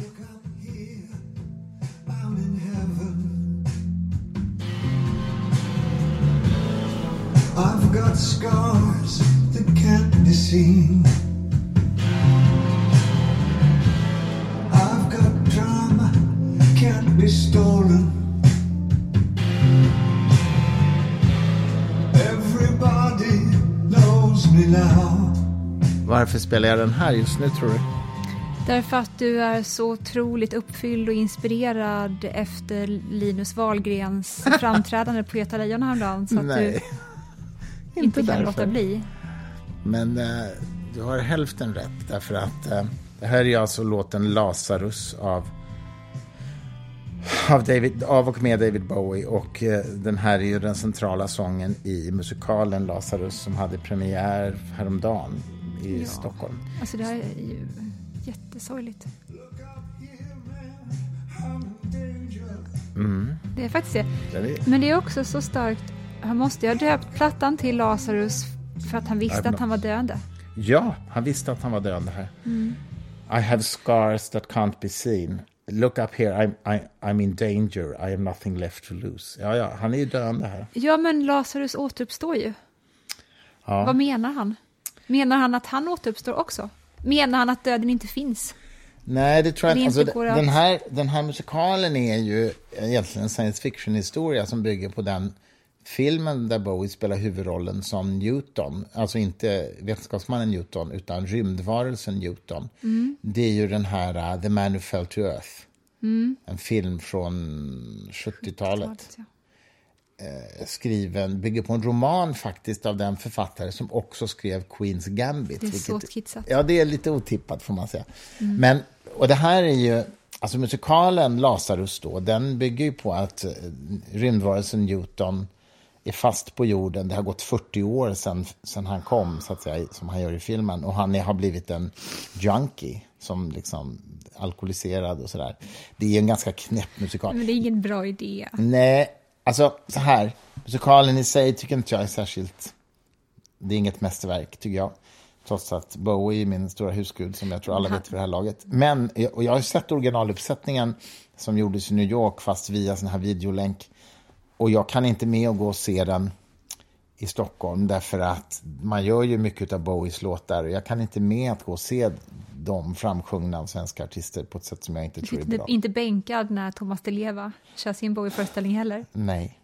I'm in heaven. I've got scars that can't be seen. I've got drama can't be stolen. Everybody knows me now. Varför spelar jag den här just nu, tror du? Därför att du är så otroligt uppfylld och inspirerad efter Linus Wahlgrens framträdande på Göta Lejon häromdagen, så att Nej, du inte kan låta bli. Men du har hälften rätt, därför att det här är alltså låten Lazarus av och med David Bowie, och den här är ju den centrala sången i musikalen Lazarus som hade premiär häromdagen i Stockholm. Alltså det här är ju jättesorgligt. Det är faktiskt det. Men det är också så starkt. Han måste ju ha döpt plattan till Lazarus för att han visste att han var döende. Ja, han visste att han var döende här. I have scars that can't be seen. Look up here, I'm in danger. I have nothing left to lose. Ja, han är ju döende här. Ja, men Lazarus återuppstår ju. Ja. Vad menar han? Menar han att han återuppstår också? Menar han att döden inte finns? Nej, det tror jag inte. Alltså, att... den här musikalen är ju egentligen en science fiction-historia som bygger på den filmen där Bowie spelar huvudrollen som Newton. Alltså inte vetenskapsmannen Newton, utan rymdvarelsen Newton. Det är ju den här The Man Who Fell to Earth. En film från 70-talet. Bygger på en roman faktiskt av den författare som också skrev Queen's Gambit. Det är så skitsat. Ja, det är lite otippat får man säga. Men, och det här är ju, alltså musikalen Lazarus då, den bygger ju på att rymdvarelsen Newton är fast på jorden. Det har gått 40 år sedan han kom, så att säga, som han gör i filmen. Och han har blivit en junkie, som liksom alkoholiserad och sådär. Det är en ganska knäpp musikal. Men det är ingen bra idé. Nej, alltså så här. Musikalen i sig tycker inte jag är särskilt... Det är inget mästerverk, tycker jag. Trots att Bowie är min stora husgud, som jag tror alla vet för det här laget. Men, och jag har sett originaluppsättningen som gjordes i New York, fast via sån här videolänk. Och jag kan inte med att gå och se den i Stockholm, därför att man gör ju mycket av Bowies låtar. Och jag kan inte med att gå och se de framsjungna av svenska artister på ett sätt som jag inte tror är bra. Inte bänkad när Thomas Di Leva kör sin Bowie-föreställning heller? Nej.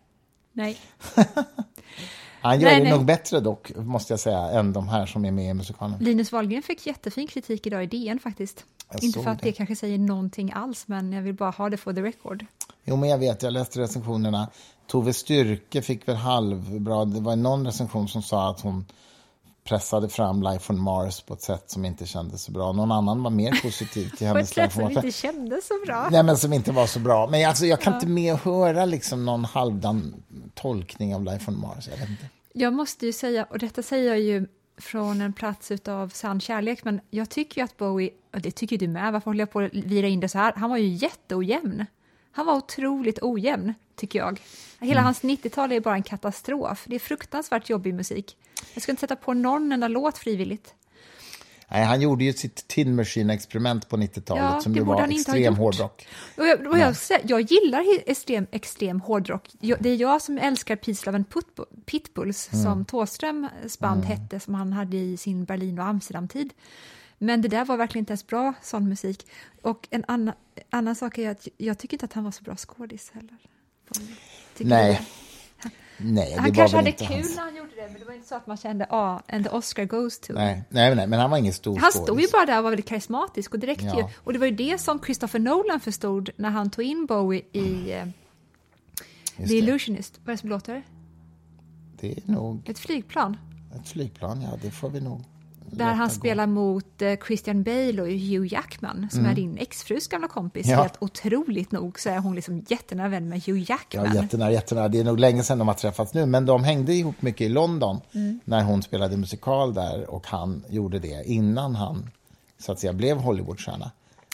Han gör det nog bättre dock, måste jag säga, än de här som är med i musikalen. Linus Wahlgren fick jättefin kritik idag i DN faktiskt. Inte för att det kanske säger någonting alls, men jag vill bara ha det for the record. Jo, men jag läste recensionerna. Tove Styrke fick väl halvbra. Det var någon recension som sa att hon pressade fram Life on Mars på ett sätt som inte kändes så bra. Någon annan var mer positiv till hennes på ett sätt som inte kändes så bra. Nej, men som inte var så bra. Men alltså, jag kan inte med att höra liksom någon halvdan tolkning av Life on Mars. Jag vet inte. Jag måste ju säga, och detta säger jag ju från en plats utav sann kärlek, men jag tycker ju att Bowie, och det tycker du med, varför håller jag på att vira in det så här? Han var ju jätteojämn. Han var otroligt ojämn, tycker jag. Hela hans 90-tal är bara en katastrof. Det är fruktansvärt jobbig musik. Jag ska inte sätta på någon enda låt frivilligt. Nej, han gjorde ju sitt Tin Machine-experiment på 90-talet som ju var extrem hårdrock. Jag gillar extrem hårdrock. Det är jag som älskar Peace, Love and Pitbulls som Thåströms band hette, som han hade i sin Berlin- och Amsterdam-tid. Men det där var verkligen inte ens bra sån musik. Och en annan sak är att jag tycker inte att han var så bra skådis heller. Nej, han kanske hade kul när han gjorde det, men det var inte så att man kände and the Oscar goes to. Nej, men han var ingen stor skådis. Han stod ju bara där och var väldigt karismatisk och direkt ju. Och det var ju det som Christopher Nolan förstod när han tog in Bowie i The Illusionist. Vad är det som låter? Det är nog... Ett flygplan. Ett flygplan, ja, det får vi nog... Där han spelar mot Christian Bale och Hugh Jackman, som är din exfrus gamla kompis. Helt otroligt nog så är hon liksom jättenära vän med Hugh Jackman. Ja, jättenära. Det är nog länge sedan de har träffats nu, men de hängde ihop mycket i London när hon spelade musikal där, och han gjorde det innan han så att säga blev Hollywoodstjärna.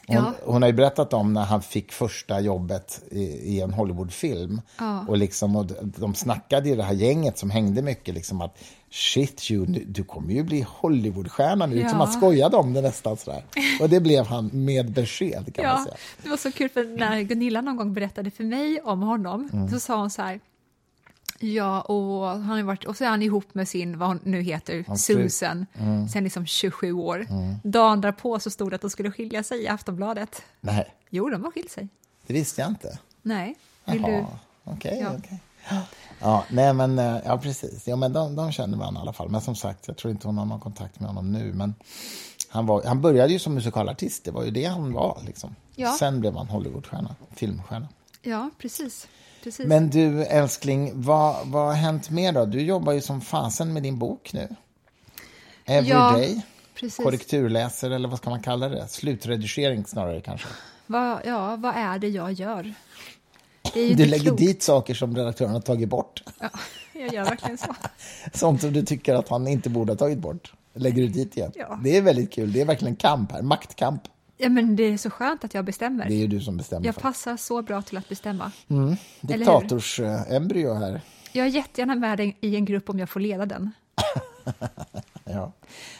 Hon har ju berättat om när han fick första jobbet i en Hollywoodfilm. Ja. Och de snackade i det här gänget som hängde mycket liksom att shit, du kommer ju bli Hollywoodstjärna nu. Liksom att skojade om det nästan sådär. Och det blev han med besked, kan man säga. Det var så kul, för när Gunilla någon gång berättade för mig om honom, så sa hon så här: ja, och han har varit, och så är han ihop med sin, vad hon nu heter, Susan, sen liksom 27 år. Dagen därpå så stod det att de skulle skilja sig i Aftonbladet. Nej. Jo, de har skilt sig. Det visste jag inte. Nej. Vill du? Okej. Ja, nej men, ja precis. Ja, men de känner varandra i alla fall. Men som sagt, jag tror inte hon har någon kontakt med honom nu. Men han började ju som musikalartist, det var ju det han var liksom. Ja. Sen blev han Hollywoodstjärna, filmstjärna. Ja, precis. Men du älskling, vad har hänt mer då? Du jobbar ju som fasen med din bok nu. Everyday. Precis. Korrekturläser, eller vad ska man kalla det? Slutredigering snarare kanske. Vad är det jag gör? Du lägger dit saker som redaktören har tagit bort. Ja, jag gör verkligen så. Sånt som du tycker att han inte borde ha tagit bort. Lägger du dit igen. Ja. Det är väldigt kul. Det är verkligen kamp här. Maktkamp. Ja, men det är så skönt att jag bestämmer. Det är ju du som bestämmer. Jag passar så bra till att bestämma. Diktators embryo här. Jag är jättegärna med i en grupp om jag får leda den. Ja.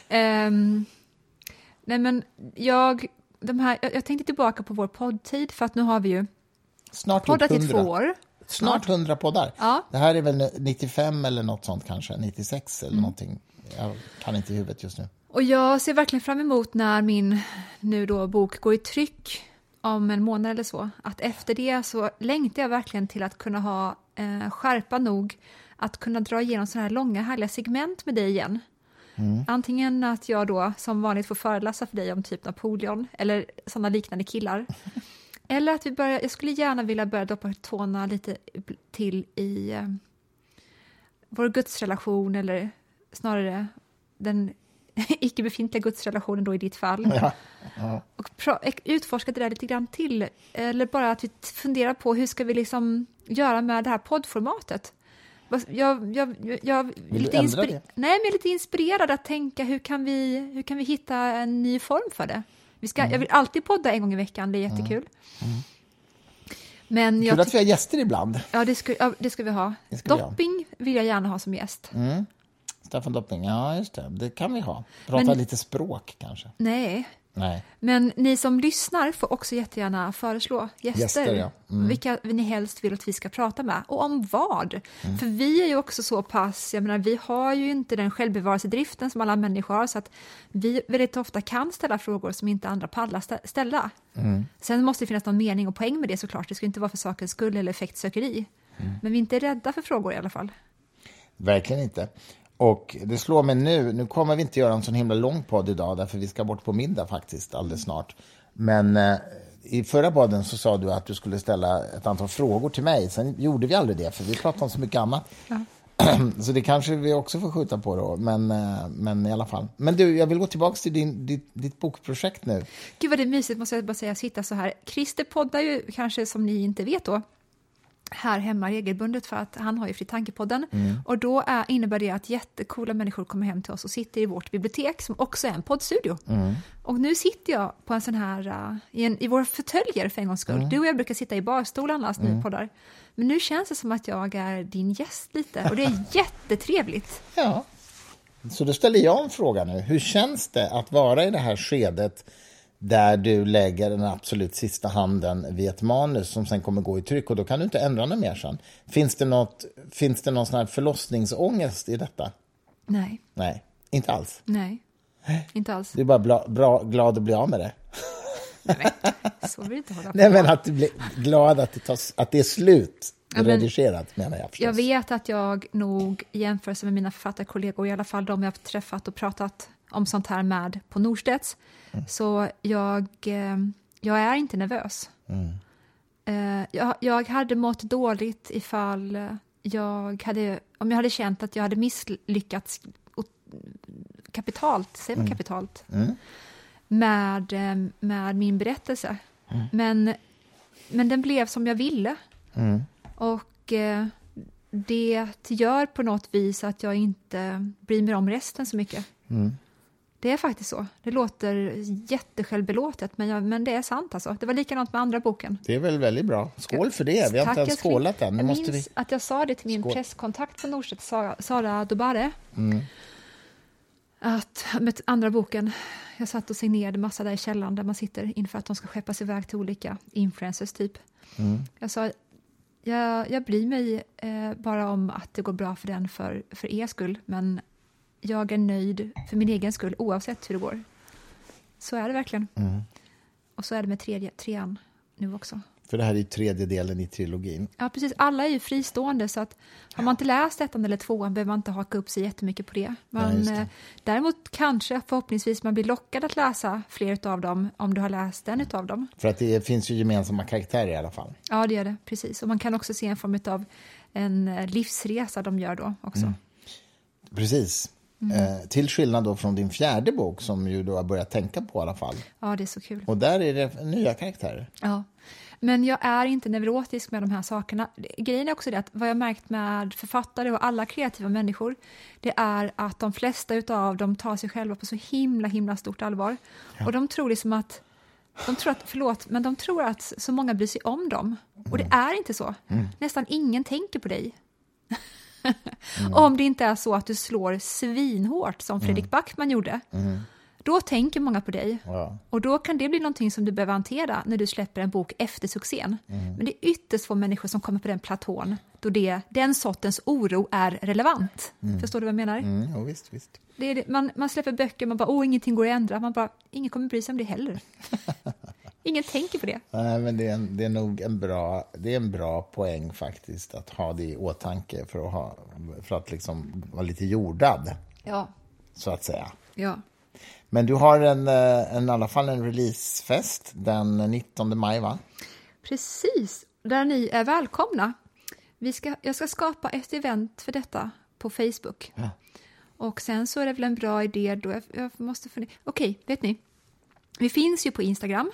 Nej, men jag tänkte tillbaka på vår poddtid, för att nu har vi ju snart poddat i 2 år. Snart 100 poddar. Ja. Det här är väl 95 eller något sånt kanske. 96 eller någonting. Jag kan inte i huvudet just nu. Och jag ser verkligen fram emot när min nu då bok går i tryck om en månad eller så. Att efter det så längtar jag verkligen till att kunna ha skärpa nog att kunna dra igenom sådana här långa härliga segment med dig igen. Antingen att jag då som vanligt får föreläsa för dig om typ Napoleon eller sådana liknande killar. Eller att jag skulle gärna vilja börja doppa tårna lite till i vår gudsrelation, eller snarare den icke-befintliga gudsrelationen då i ditt fall. Ja. Och utforska det där lite grann till. Eller bara att vi funderar på hur ska vi liksom göra med det här poddformatet. Jag är lite inspirerad att tänka hur kan vi hitta en ny form för det. Jag vill alltid podda en gång i veckan, det är jättekul. Men kul att vi har gäster ibland. Ja, det ska vi ha. Dopping vill jag gärna ha som gäst. Staffan Dopping, ja just det. Det kan vi ha. Prata lite språk kanske. Nej. Nej. Men ni som lyssnar får också jättegärna föreslå gäster. Ja. Vilka ni helst vill att vi ska prata med. Och om vad. För vi är ju också så pass, jag menar, vi har ju inte den självbevarelsedriften som alla människor har, så att vi väldigt ofta kan ställa frågor som inte andra pallar ställa. Sen måste det finnas någon mening och poäng med det såklart. Det ska inte vara för sakens skull eller effektsökeri. Men vi är inte rädda för frågor i alla fall. Verkligen inte. Och det slår mig nu kommer vi inte göra en sån himla lång podd idag, därför vi ska bort på middag faktiskt alldeles snart. Men i förra podden så sa du att du skulle ställa ett antal frågor till mig. Sen gjorde vi aldrig det, för vi pratade om så mycket annat. Ja. Så det kanske vi också får skjuta på då, men i alla fall. Men du, jag vill gå tillbaka till ditt bokprojekt nu. Gud vad det är mysigt, måste jag bara säga, sitta så här. Christer poddar ju kanske, som ni inte vet då, här hemma regelbundet, för att han har ju Fritankepodden. Och då innebär det att jättekola människor kommer hem till oss och sitter i vårt bibliotek som också är en poddstudio. Och nu sitter jag på en sån här i våra fåtöljer för en gångs skull. Du och jag brukar sitta i barstolarna när vi poddar. Men nu känns det som att jag är din gäst lite, och det är jättetrevligt. Ja, så då ställer jag en fråga nu. Hur känns det att vara i det här skedet där du lägger den absolut sista handen vid ett manus som sen kommer gå i tryck, och då kan du inte ändra något mer sen? Finns det någon sån här förlossningsångest i detta? Nej. Nej, inte alls? Nej, inte alls. Du är bara glad att bli av med det? Nej, så vill inte hålla på. Nej, men att du blir glad att det är slut. Redigerat, menar jag förstås. Jag vet att jag nog i jämförelse med mina författarkollegor, i alla fall de jag har träffat och pratat om sånt här med på Norstedts, så jag är inte nervös. Jag hade mått dåligt ifall om jag hade känt att jag hade misslyckats kapitalt med min berättelse. Men den blev som jag ville. Och det gör på något vis att jag inte bryr mig om resten så mycket. Det är faktiskt så. Det låter jättesjälvbelåtet, men det är sant alltså. Det var likadant med andra boken. Det är väl väldigt bra. Skål för det. Vi har inte ens skålat än. Jag minns att jag sa det till min presskontakt på Norstedt, Sara Dobare. Att med andra boken, jag satt och signerade massa där i källaren där man sitter inför att de ska skeppas iväg till olika influencers typ. Jag sa, jag bryr mig bara om att det går bra för den för er skull, men jag är nöjd för min egen skull oavsett hur det går. Så är det verkligen. Och så är det med trean nu också. För det här är ju tredje delen i trilogin. Ja, precis. Alla är ju fristående, så att har man inte läst ettan eller tvåan behöver man inte haka upp sig jättemycket på det. Däremot kanske förhoppningsvis man blir lockad att läsa fler av dem om du har läst en utav dem. För att det finns ju gemensamma karaktärer i alla fall. Ja, det gör det. Precis. Och man kan också se en form av en livsresa de gör då också. Precis. Till skillnad då från din fjärde bok som ju du har börjat tänka på i alla fall. Ja, det är så kul. Och där är det nya karaktärer. Ja, men jag är inte neurotisk med de här sakerna. Grejen är också det att vad jag märkt med författare och alla kreativa människor, det är att de flesta utav dem tar sig själva på så himla stort allvar. Ja. Och de tror liksom att de tror att så många bryr sig om dem. Och det är inte så. Nästan ingen tänker på dig. Om det inte är så att du slår svinhårt som Fredrik Backman gjorde. Då tänker många på dig. Ja. Och då kan det bli någonting som du behöver hantera när du släpper en bok efter succén. Men det är ytterst få människor som kommer på den platån då den sortens oro är relevant. Förstår du vad jag menar? Ja, visst. Man släpper böcker, man bara, ingenting går att ändra. Man bara, ingen kommer bry sig om det heller. Ingen tänker på det. Nej, men det är nog en bra poäng faktiskt att ha det i åtanke för att liksom vara lite jordad. Ja. Så att säga. Ja. Men du har i alla fall en releasefest den 19 maj, va? Precis, där ni är välkomna. Jag ska skapa ett event för detta på Facebook. Ja. Och sen så är det väl en bra idé då. Jag måste fundera. Okej, vet ni? Vi finns ju på Instagram.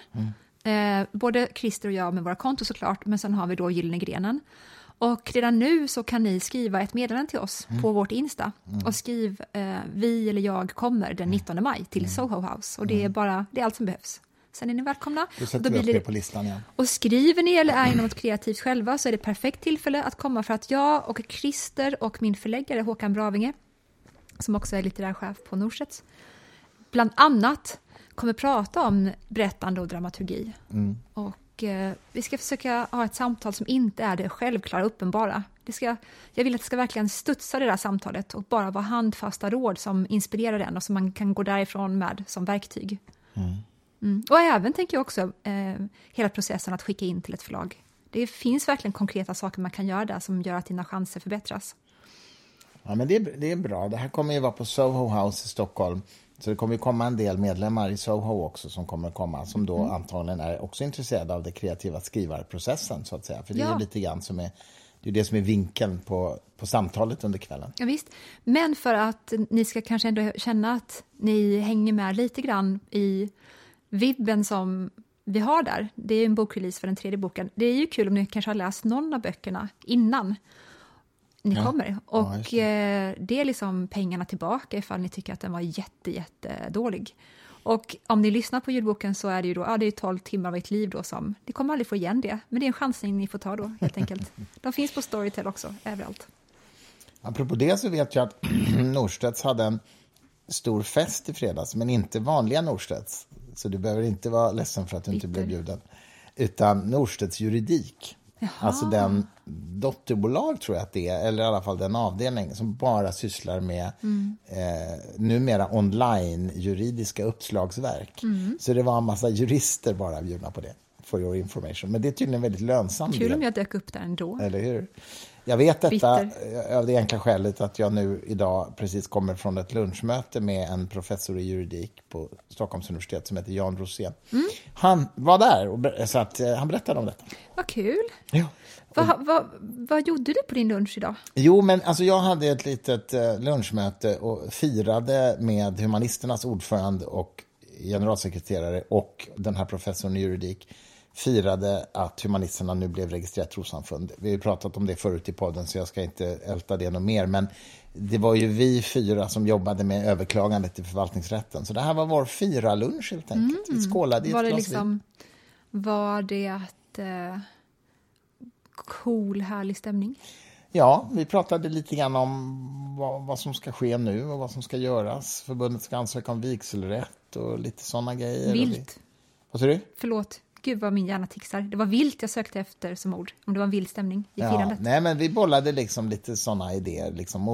Både Christer och jag med våra konton såklart. Men sen har vi då Gyllene grenen. Och redan nu så kan ni skriva ett meddelande till oss på vårt Insta. Och skriv vi eller jag kommer den 19 maj till Soho House. Och det är allt som behövs. Sen är ni välkomna. Då sätter vi upp det på listan, ja. Och skriver ni eller är ni något kreativt själva så är det perfekt tillfälle att komma, för att jag och Christer och min förläggare Håkan Bravinge, som också är litterär chef på Norstedts, bland annat kommer prata om berättande och dramaturgi. Och vi ska försöka ha ett samtal som inte är det självklara uppenbara. Jag vill att det ska verkligen studsa det där samtalet och bara vara handfasta råd som inspirerar den och som man kan gå därifrån med som verktyg. Och även tänker jag också hela processen att skicka in till ett förlag. Det finns verkligen konkreta saker man kan göra där som gör att dina chanser förbättras. Ja, men det är bra. Det här kommer ju vara på Soho House i Stockholm. Så det kommer ju komma en del medlemmar i Soho också som kommer komma, som då antagligen är också intresserade av det kreativa skrivarprocessen, så att säga. För det är lite grann det är det som är vinkeln på samtalet under kvällen. Ja, visst. Men för att ni ska kanske ändå känna att ni hänger med lite grann i vibben som vi har där. Det är en bokrelease för den tredje boken. Det är ju kul om ni kanske har läst någon av böckerna innan ni kommer. Och det är liksom pengarna tillbaka ifall ni tycker att den var jättedålig. Och om ni lyssnar på ljudboken så är det ju då, det är 12 timmar av ert liv då som, ni kommer aldrig få igen det. Men det är en chansning ni får ta då, helt enkelt. De finns på Storytel också, överallt. Apropå det så vet jag att Norstedts hade en stor fest i fredags, men inte vanliga Norstedts. Så du behöver inte vara ledsen för att du inte blev bjuden. Utan Norstedts juridik. Jaha. Alltså den dotterbolag tror jag att det är, eller i alla fall den avdelning som bara sysslar med numera online juridiska uppslagsverk. Så det var en massa jurister bara bjudna på det, for your information. Men det är tydligen väldigt lönsamt. Kul om jag dök upp där ändå. Eller hur? Jag vet detta av det enkla skälet att jag nu idag precis kommer från ett lunchmöte med en professor i juridik på Stockholms universitet som heter Jan Rosén. Han var där så att han berättade om detta. Vad kul. Ja. Vad gjorde du på din lunch idag? Jo, men alltså jag hade ett litet lunchmöte och firade med humanisternas ordförande och generalsekreterare och den här professorn i juridik firade att humanisterna nu blev registrerat trossamfund. Vi har pratat om det förut i podden så jag ska inte älta det något mer. Men det var ju vi 4 som jobbade med överklagandet i förvaltningsrätten. Så det här var vår 4-lunch helt enkelt. Vi skålade i ett glas vin. Var det att cool, härlig stämning? Ja, vi pratade lite grann om vad som ska ske nu och vad som ska göras. Förbundet ska ansöka om vigselrätt och lite sådana grejer. Vilt. Vad säger du? Förlåt. Gud vad min hjärna tixar. Det var vilt jag sökte efter som ord. Om det var en vild stämning i firandet. Nej, men vi bollade liksom lite sådana idéer. Liksom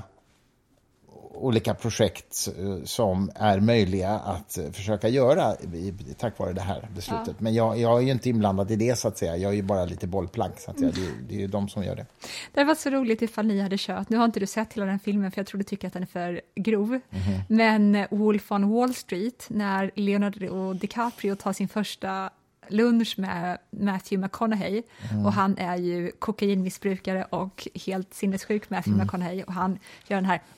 olika projekt som är möjliga att försöka göra tack vare det här beslutet. Ja. Men jag är ju inte inblandad i det så att säga. Jag är ju bara lite bollplank så att säga. Det är ju de som gör det. Det var så roligt ifall ni hade kört. Nu har inte du sett hela den filmen för jag tror du tycker att den är för grov. Men Wolf on Wall Street när Leonardo DiCaprio tar sin första lunch med Matthew McConaughey och han är ju kokainmissbrukare och helt sinnessjuk Matthew McConaughey och han gör den här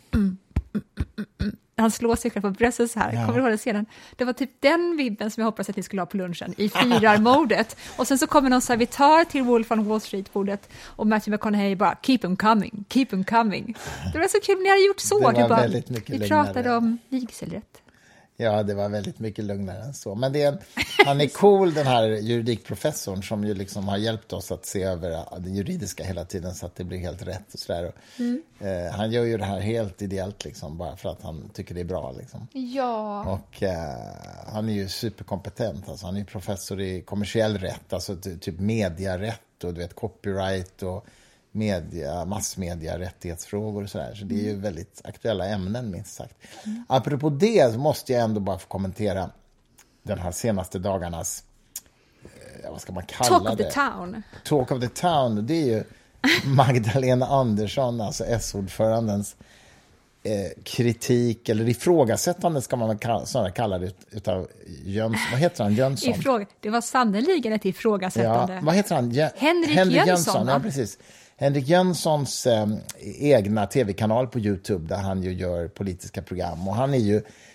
han slår sig själv på bröstet så här. Kommer du ihåg den scenen? Det var typ den vibben som jag hoppas att ni skulle ha på lunchen i firarmodet. Och sen så kommer någon servitör till Wolf on Wall Street-bordet och Matthew McConaughey bara keep them coming, keep them coming. Det var så kul när ni hade gjort så. Det var väldigt mycket vi pratade om vigselrätt. Ja, det var väldigt mycket lugnare än så. Men han är cool, den här juridikprofessorn som ju liksom har hjälpt oss att se över det juridiska hela tiden så att det blir helt rätt och sådär. Han gör ju det här helt ideellt liksom, bara för att han tycker det är bra. Liksom. Ja. Och han är ju superkompetent. Alltså, han är professor i kommersiell rätt, alltså typ mediarätt och du vet, copyright och massmedia, rättighetsfrågor och sådär. Så det är ju väldigt aktuella ämnen minst sagt. Apropå det så måste jag ändå bara få kommentera den här senaste dagarnas vad ska man kalla Talk det? of the Town. Talk of the Town, det är ju Magdalena Andersson, alltså S-ordförandens kritik eller ifrågasättande ska man väl snarare kalla det utav Jönsson. Vad heter han? Jönsson? Det var sannoliken ett ifrågasättande. Ja, vad heter han? Henrik Jönsson. Ja, precis. Henrik Jönssons egna tv-kanal på YouTube där han ju gör politiska program. Och han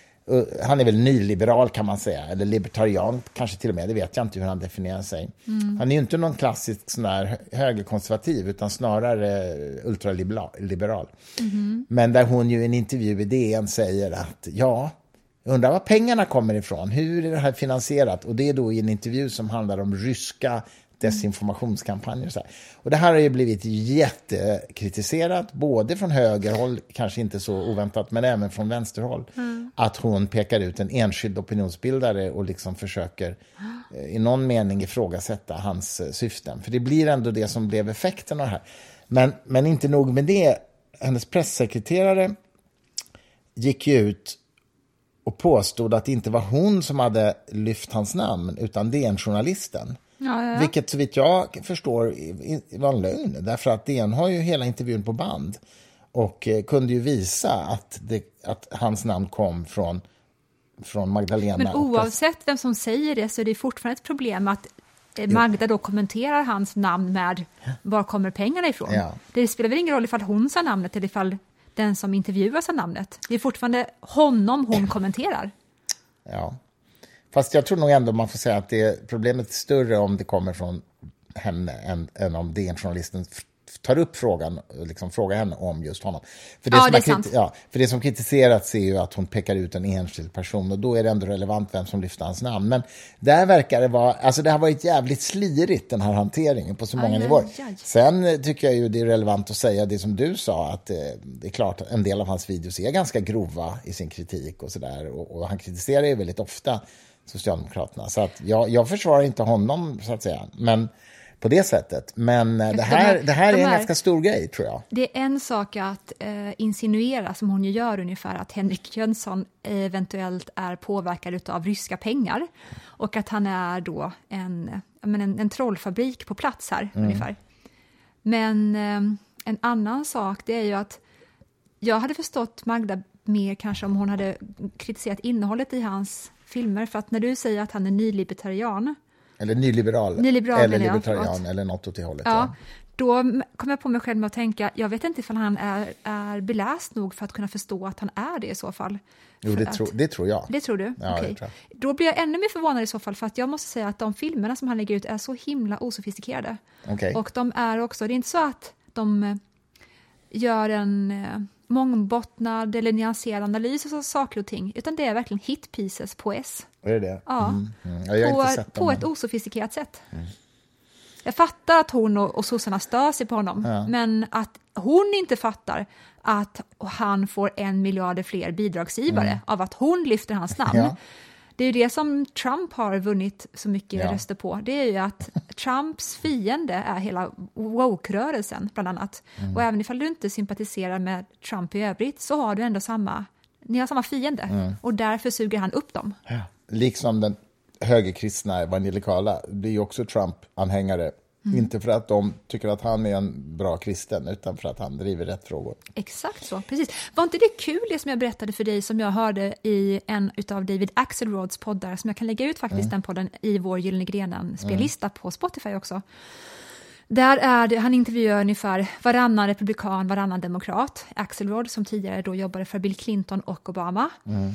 är väl nyliberal kan man säga. Eller libertarian kanske till och med. Det vet jag inte hur han definierar sig. Han är ju inte någon klassisk sån här högerkonservativ utan snarare ultraliberal. Men där hon ju i en intervju i DN säger att undrar var pengarna kommer ifrån. Hur är det här finansierat? Och det är då i en intervju som handlar om ryska desinformationskampanjer och så här. Och det här har ju blivit jättekritiserat både från högerhåll, kanske inte så oväntat, men även från vänsterhåll. Att hon pekar ut en enskild opinionsbildare och liksom försöker i någon mening ifrågasätta hans syften. För det blir ändå det som blev effekten av det här. Men inte nog med det. Hennes pressekreterare gick ut och påstod att det inte var hon som hade lyft hans namn utan DN-journalisten. Ja. Vilket så vitt jag förstår var en lögn. Därför att DN har ju hela intervjun på band. Och kunde ju visa att hans namn kom från Magdalena. Men oavsett vem som säger det så är det fortfarande ett problem att Magda då kommenterar hans namn med var kommer pengarna ifrån. Ja. Det spelar väl ingen roll ifall hon sa namnet eller ifall den som intervjuar sa namnet. Det är fortfarande honom hon kommenterar. Ja. Fast jag tror nog ändå man får säga att problemet är större om det kommer från henne än om DN-journalisten tar upp frågan och liksom frågar henne om just honom. För det som kritiserats är ju att hon pekar ut en enskild person och då är det ändå relevant vem som lyfter hans namn. Men där verkar det vara, alltså det har varit jävligt slirigt den här hanteringen på så många nivåer. Sen tycker jag ju det är relevant att säga det som du sa, att det är klart att en del av hans videos är ganska grova i sin kritik och sådär, och han kritiserar ju väldigt ofta Socialdemokraterna. Så att jag försvarar inte honom så att säga, men på det sättet. Men det här är en ganska stor grej tror jag. Det är en sak att insinuera som hon ju gör ungefär att Henrik Jönsson eventuellt är påverkad av ryska pengar och att han är då en trollfabrik på plats här ungefär. Men en annan sak det är ju att jag hade förstått Magda mer kanske om hon hade kritiserat innehållet i hans filmer, för att när du säger att han är nylibertarian eller nyliberal eller libertarian eller något åt det hållet. Ja. då kom jag på mig själv med att tänka, jag vet inte ifall han är beläst nog för att kunna förstå att han är det i så fall. Jo, det tror jag. Det tror du? Ja, Okej. det tror jag. Då blir jag ännu mer förvånad i så fall, för att jag måste säga att de filmerna som han lägger ut är så himla osofistikerade. Okej. Och de är också, det är inte så att de gör en mångbottnad eller nyanserad analys av saker och ting, utan det är verkligen hit pieces på S. Är det? Ja, Jag har inte sett dem, på ett osofistikerat sätt. Jag fattar att hon och sossarna stör sig på honom, men att hon inte fattar att han får 1 miljard fler bidragsgivare av att hon lyfter hans namn. Ja. Det är ju det som Trump har vunnit så mycket röster på. Det är ju att Trumps fiende är hela woke-rörelsen bland annat. Och även ifall du inte sympatiserar med Trump i övrigt så har du ändå ni har samma fiende. Och därför suger han upp dem. Ja. Liksom den högerkristna evangelikala blir ju också Trump-anhängare. Inte för att de tycker att han är en bra kristen, utan för att han driver rätt frågor. Exakt så, precis. Var inte det kul det som jag berättade för dig, som jag hörde i en utav David Axelrods poddar, som jag kan lägga ut faktiskt den podden i vår Gyllene Grenen-spellista på Spotify också. Där är det, han intervjuar ungefär varannan republikan, varannan demokrat. Axelrod som tidigare då jobbade för Bill Clinton och Obama.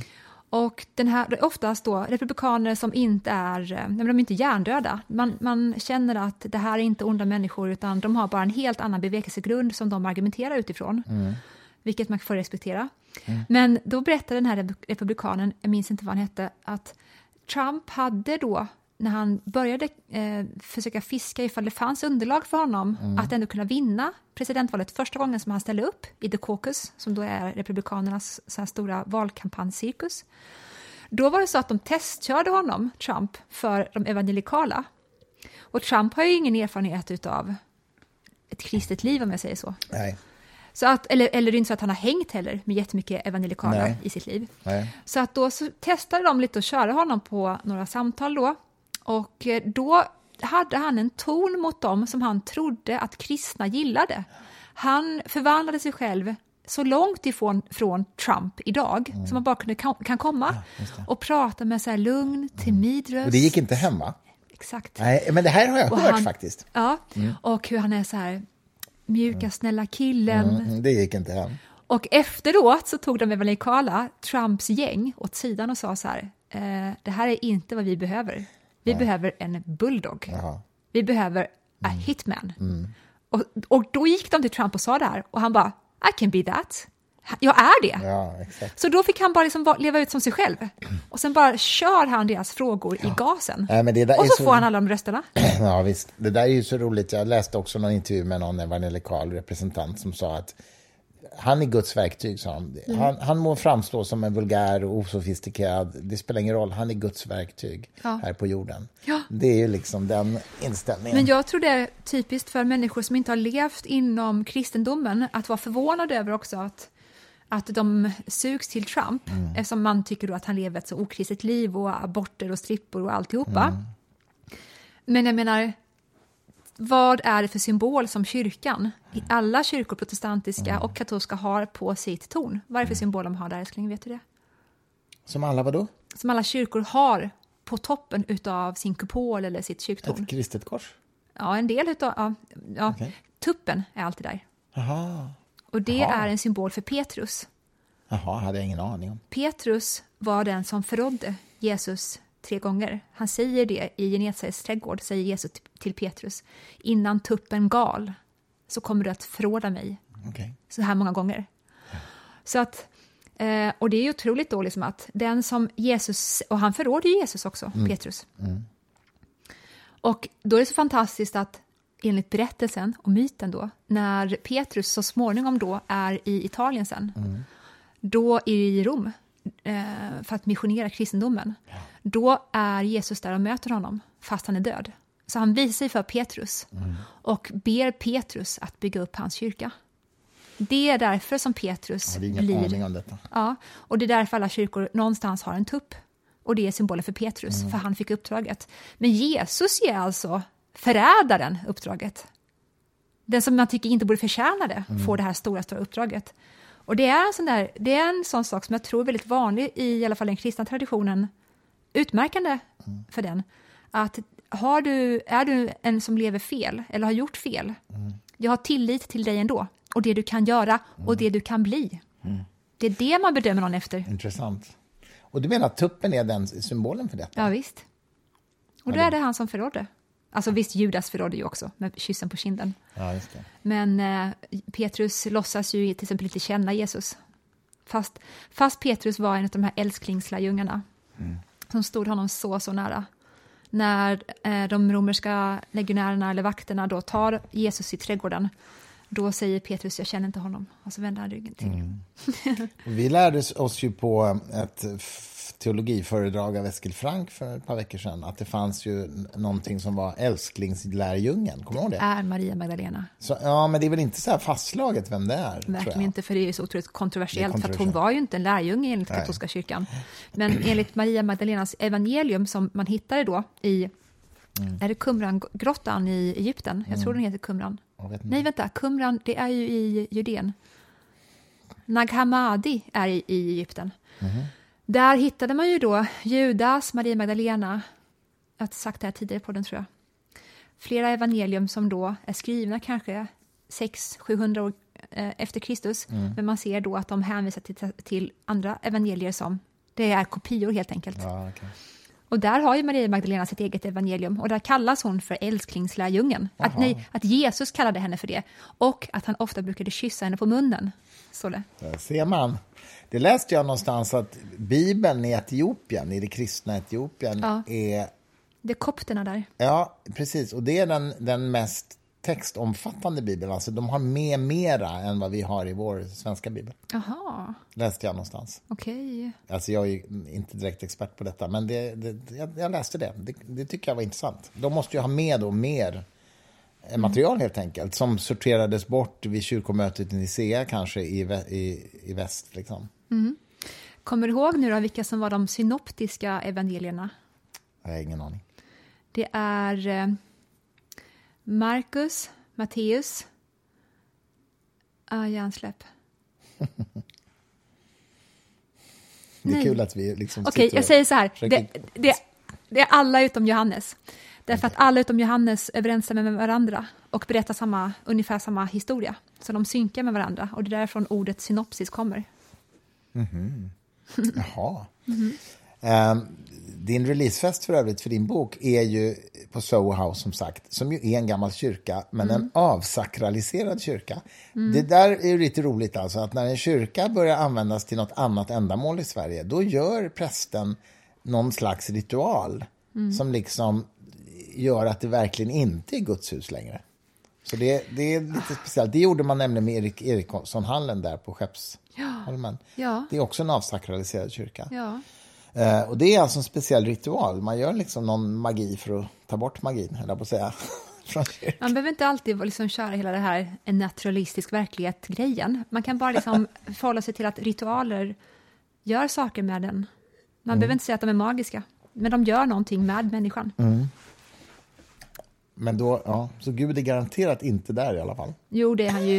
Och den här, oftast då republikaner som inte är, de är inte hjärndöda. Man känner att det här är inte onda människor, utan de har bara en helt annan bevekelsegrund som de argumenterar utifrån. Vilket man får respektera. Men då berättade den här republikanen, jag minns inte vad han hette, att Trump hade då, när han började försöka fiska ifall det fanns underlag för honom att ändå kunna vinna presidentvalet första gången som han ställde upp i The Caucus, som då är republikanernas så här stora valkampanjcirkus. Då var det så att de testkörde honom, Trump, för de evangelikala. Och Trump har ju ingen erfarenhet av ett kristet liv, om jag säger så. Nej. Så att, eller det är inte så att han har hängt heller med jättemycket evangelikala Nej. i sitt liv. Nej. Så att då så testade de lite att köra honom på några samtal då. Och då hade han en ton mot dem som han trodde att kristna gillade. Han förvandlade sig själv så långt ifrån från Trump idag som man bara kan komma. Och prata med så här lugn, timid röst. Och det gick inte hem, va? Exakt. Nej, men det här har jag Och hört faktiskt. Ja, och hur han är så här mjuka, snälla killen. Det gick inte hem. Och efteråt så tog de evangelikala Trumps gäng åt sidan och sa så här, det här är inte vad vi behöver. Vi behöver en bulldog. Jaha. Vi behöver a hitman. Och då gick de till Trump och sa det här. Och han bara, I can be that. Jag är det. Ja, exakt. Så då fick han bara liksom leva ut som sig själv. Och sen bara kör han deras frågor i gasen. Men det där och är så får han alla de rösterna. Ja, visst. Det där är ju så roligt. Jag läste också någon intervju med någon evangelikal representant som sa att han är Guds verktyg, sa han. Han må framstå som en vulgär och osofistikerad. Det spelar ingen roll. Han är Guds verktyg här på jorden. Ja. Det är ju liksom den inställningen. Men jag tror det är typiskt för människor som inte har levt inom kristendomen att vara förvånade över också att de sugs till Trump, eftersom man tycker då att han lever ett så okristet liv och aborter och strippor och alltihopa. Men jag menar, vad är det för symbol som kyrkan, i alla kyrkor, protestantiska och katolska, har på sitt torn? Vad är det för symbol de har där, älskling? Vet du det? Som alla vadå? Som alla kyrkor har på toppen utav sin kupol eller sitt kyrktorn. Ett kristet kors? Ja, en del utav, Okej. tuppen är alltid där. Jaha. Och det är en symbol för Petrus. Jaha, hade jag ingen aning om. Petrus var den som förrådde Jesus 3 gånger. Han säger det i Genesarets trädgård, säger Jesus till Petrus. Innan tuppen gal så kommer du att förråda mig. Okej. Så här många gånger. Så att, och det är ju otroligt då liksom att den som Jesus, och han förrådde ju Jesus också, Petrus. Och då är det så fantastiskt att enligt berättelsen och myten då, när Petrus så småningom då är i Italien sen, då i Rom, för att missionera kristendomen, då är Jesus där och möter honom fast han är död. Så han visar sig för Petrus och ber Petrus att bygga upp hans kyrka. Det är därför som Petrus Jag hade ingen aning om detta. Ja, och det är därför alla kyrkor någonstans har en tupp. Och det är symbolen för Petrus, för han fick uppdraget. Men Jesus ger alltså förrädaren uppdraget. Den som man tycker inte borde förtjäna det får det här stora uppdraget. Och det är en sån sak som jag tror är väldigt vanlig i alla fall den kristna traditionen, utmärkande för den. Att är du en som lever fel eller har gjort fel, Jag har tillit till dig ändå. Och det du kan göra och det du kan bli. Det är det man bedömer någon efter. Intressant. Och du menar att tuppen är den symbolen för detta? Ja, visst. Och då är det han som förrådde. Alltså visst, Judas förrådde ju också med kyssen på kinden. Ja, just det. Men Petrus låtsas ju till exempel inte känna Jesus. Fast Petrus var en av de här älsklingslärjungarna som stod honom så nära. När de romerska legionärerna eller vakterna då tar Jesus i trädgården, då säger Petrus, jag känner inte honom. Och så vänder han ryggen till. Vi lärde oss ju på ett teologiföredrag av Eskil Frank för ett par veckor sedan att det fanns ju någonting som var älsklingslärjungen. Kommer du ihåg det? Är Maria Magdalena. Så, ja, men det är väl inte så här fastslaget vem det är? Verkligen inte, för det är ju så otroligt kontroversiellt. För att hon var ju inte en lärjunge enligt katolska kyrkan. Men enligt Maria Magdalenas evangelium som man hittade då i är det Qumran-grottan i Egypten? Jag tror den heter Qumran. Nej, vänta. Qumran, det är ju i Judén. Nag Hammadi är i Egypten. Där hittade man ju då Judas, Maria Magdalena. Jag har sagt det här tidigare på den, tror jag. Flera evangelium som då är skrivna kanske 600-700 år efter Kristus. Men man ser då att de hänvisar till andra evangelier som det är kopior helt enkelt. Ja, okay. Och där har ju Maria Magdalena sitt eget evangelium. Och där kallas hon för älsklingslärjungen. Att Jesus kallade henne för det. Och att han ofta brukade kyssa henne på munnen. Så det. Där ser man. Det läste jag någonstans att Bibeln i Etiopien, i det kristna Etiopien, är... Det är kopterna där. Ja, precis. Och det är den mest textomfattande Bibeln. Alltså de har med mera än vad vi har i vår svenska Bibel. Jaha. Läste jag någonstans. Okej. Alltså jag är inte direkt expert på detta, men jag läste det. Det tycker jag var intressant. De måste ju ha med då mer material helt enkelt, som sorterades bort vid kyrkomötet i Nicea kanske i väst liksom. Kommer du ihåg nu då vilka som var de synoptiska evangelierna? Jag har ingen aning. Det är Markus, Matteus, hjärnsläpp. Det är kul att vi liksom... Okej, jag säger så här. Det är alla utom Johannes. Därför att alla utom Johannes överensstämmer med varandra och berättar ungefär samma historia. Så de synkar med varandra. Och det är därifrån ordet synopsis kommer. Jaha. Din releasefest för övrigt för din bok är ju på Soho House som sagt, som ju är en gammal kyrka, men en avsakraliserad kyrka. Det där är ju lite roligt alltså, att när en kyrka börjar användas till något annat ändamål i Sverige, då gör prästen någon slags ritual som liksom gör att det verkligen inte är Guds hus längre. Så det är lite speciellt. Det gjorde man nämligen med Erik Eriksson-hallen där på Skeppsholmen. Ja. Det är också en avsakraliserad kyrka. Ja. Och det är alltså en speciell ritual. Man gör liksom någon magi för att ta bort magin, eller på att säga. Man behöver inte alltid liksom köra hela det här en naturalistisk verklighet-grejen. Man kan bara liksom förhålla sig till att ritualer gör saker med den. Man behöver inte säga att de är magiska, men de gör någonting med människan. Men då, ja, så Gud är garanterat inte där i alla fall. Jo, det är han ju.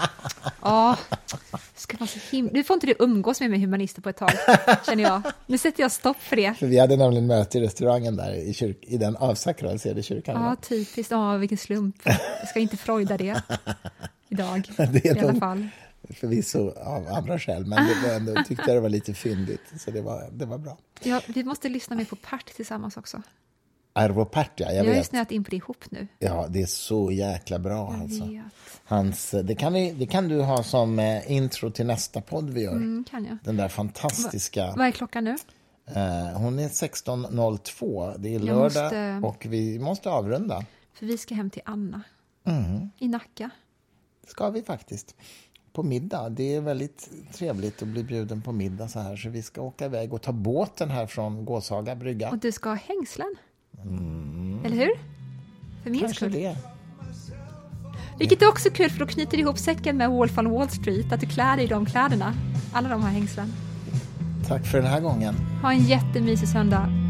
Ska vara så Nu får inte du umgås med mig humanister på ett tag, känner jag. Nu sätter jag stopp för det. För vi hade nämligen möte i restaurangen där i den avsakraliserade kyrkan. Ja, typiskt. Vilken slump. Jag ska inte freuda det idag, det är i alla fall. Förvisso av andra skäl, men jag tyckte det var lite fyndigt, så det var bra. Ja, vi måste lyssna mer på Part tillsammans också. Arvo Pärt, jag vet. Jag har ju snöat in på det ihop nu. Ja, det är så jäkla bra alltså. Det kan du ha som intro till nästa podd vi gör. Kan jag. Den där fantastiska... Vad är klockan nu? Hon är 16.02. Det är lördag och vi måste avrunda. För vi ska hem till Anna. I Nacka. Ska vi faktiskt. På middag. Det är väldigt trevligt att bli bjuden på middag så här. Så vi ska åka iväg och ta båten här från Gåshaga brygga. Och du ska ha hängslen. Eller hur? För min skull. Det. Vilket är också kul, för då knyter du ihop säcken med Wolf on Wall Street. Att du klär dig i de kläderna. Alla de har hängslen. Tack för den här gången. Ha en jättemysig söndag.